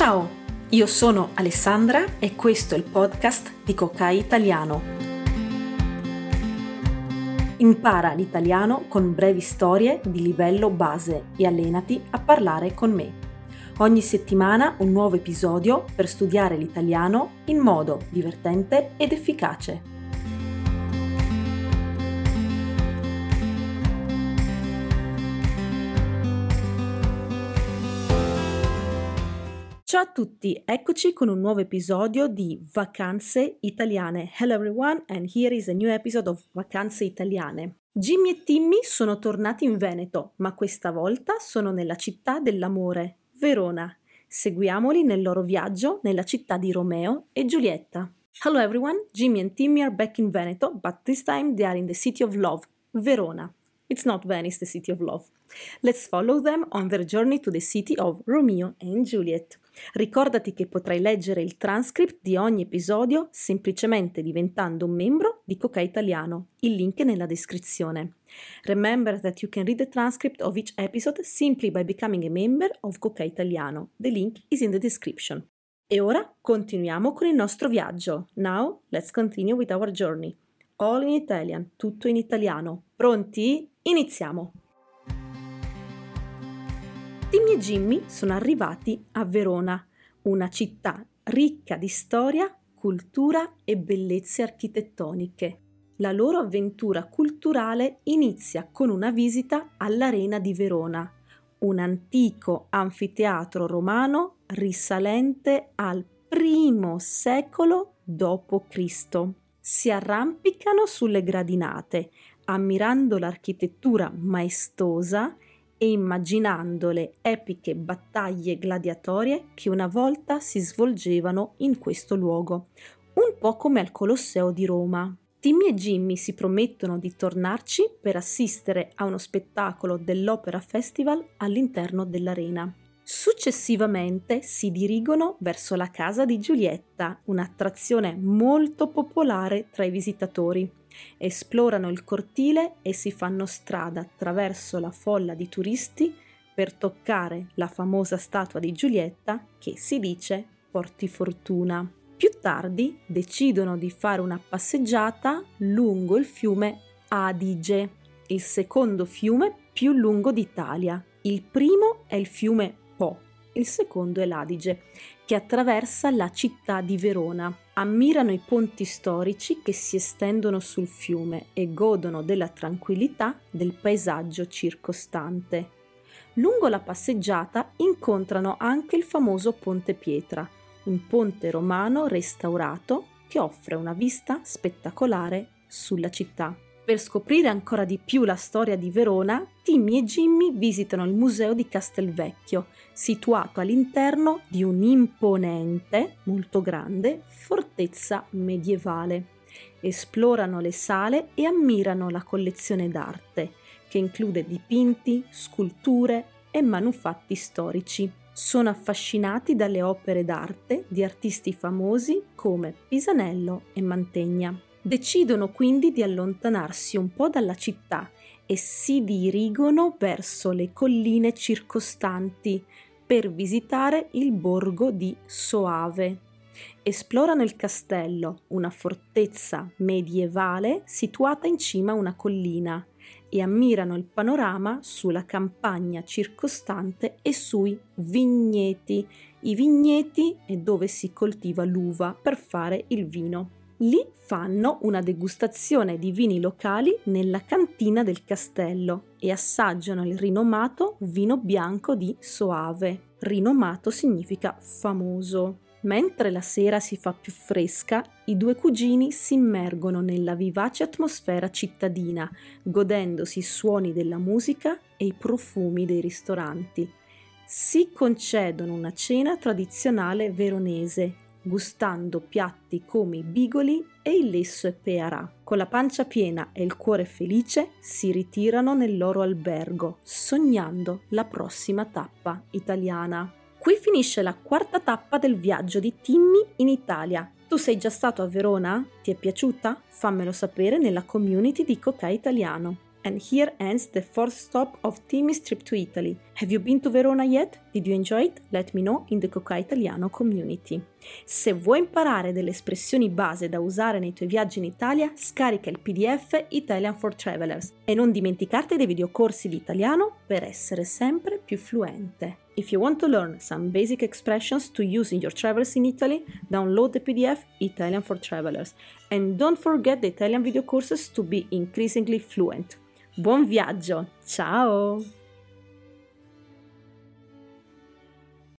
Ciao, io sono Alessandra e questo è il podcast di Kokai Italiano. Impara l'italiano con brevi storie di livello base e allenati a parlare con me. Ogni settimana un nuovo episodio per studiare l'italiano in modo divertente ed efficace. Ciao a tutti, eccoci con un nuovo episodio di Vacanze Italiane. Hello everyone and here is a new episode of Vacanze Italiane. Jimmy e Timmy sono tornati in Veneto, ma questa volta sono nella città dell'amore, Verona. Seguiamoli nel loro viaggio nella città di Romeo e Giulietta. Hello everyone, Jimmy and Timmy are back in Veneto, but this time they are in the city of love, Verona. It's not Venice, the city of love. Let's follow them on their journey to the city of Romeo and Juliet. Ricordati che potrai leggere il transcript di ogni episodio semplicemente diventando un membro di Kokai Italiano. Il link è nella descrizione. Remember that you can read the transcript of each episode simply by becoming a member of Kokai Italiano. The link is in the description. E ora continuiamo con il nostro viaggio. Now let's continue with our journey. All in Italian, tutto in italiano. Pronti? Iniziamo! Timmy e Jimmy sono arrivati a Verona, una città ricca di storia, cultura e bellezze architettoniche. La loro avventura culturale inizia con una visita all'Arena di Verona, un antico anfiteatro romano risalente al I secolo d.C. Si arrampicano sulle gradinate, ammirando l'architettura maestosa e immaginando le epiche battaglie gladiatorie che una volta si svolgevano in questo luogo, un po' come al Colosseo di Roma. Timmy e Jimmy si promettono di tornarci per assistere a uno spettacolo dell'Opera Festival all'interno dell'arena. Successivamente si dirigono verso la casa di Giulietta, un'attrazione molto popolare tra i visitatori. Esplorano il cortile e si fanno strada attraverso la folla di turisti per toccare la famosa statua di Giulietta che si dice porti fortuna. Più tardi decidono di fare una passeggiata lungo il fiume Adige, il secondo fiume più lungo d'Italia. Il primo è il fiume Po, il secondo è l'Adige, che attraversa la città di Verona. Ammirano i ponti storici che si estendono sul fiume e godono della tranquillità del paesaggio circostante. Lungo la passeggiata incontrano anche il famoso Ponte Pietra, un ponte romano restaurato che offre una vista spettacolare sulla città. Per scoprire ancora di più la storia di Verona, Timmy e Jimmy visitano il museo di Castelvecchio, situato all'interno di un'imponente, molto grande, fortezza medievale. Esplorano le sale e ammirano la collezione d'arte, che include dipinti, sculture e manufatti storici. Sono affascinati dalle opere d'arte di artisti famosi come Pisanello e Mantegna. Decidono quindi di allontanarsi un po' dalla città e si dirigono verso le colline circostanti per visitare il borgo di Soave. Esplorano il castello, una fortezza medievale situata in cima a una collina, e ammirano il panorama sulla campagna circostante e sui vigneti. I vigneti è dove si coltiva l'uva per fare il vino. Lì fanno una degustazione di vini locali nella cantina del castello e assaggiano il rinomato vino bianco di Soave. Rinomato significa famoso. Mentre la sera si fa più fresca, i due cugini si immergono nella vivace atmosfera cittadina, godendosi i suoni della musica e i profumi dei ristoranti. Si concedono una cena tradizionale veronese, gustando piatti come i bigoli e il lesso e pearà. Con la pancia piena e il cuore felice si ritirano nel loro albergo, sognando la prossima tappa italiana. Qui finisce la quarta tappa del viaggio di Timmy in Italia. Tu sei già stato a Verona? Ti è piaciuta? Fammelo sapere nella community di Kokai Italiano. And here ends the fourth stop of Timmy's trip to Italy. Have you been to Verona yet? Did you enjoy it? Let me know in the Coca Italiano community. Se vuoi imparare delle espressioni base da usare nei tuoi viaggi in Italia, scarica il PDF Italian for Travelers e non dimenticarti dei videocorsi di italiano per essere sempre più fluente. If you want to learn some basic expressions to use in your travels in Italy, download the PDF Italian for Travelers and don't forget the Italian video courses to be increasingly fluent. Buon viaggio! Ciao!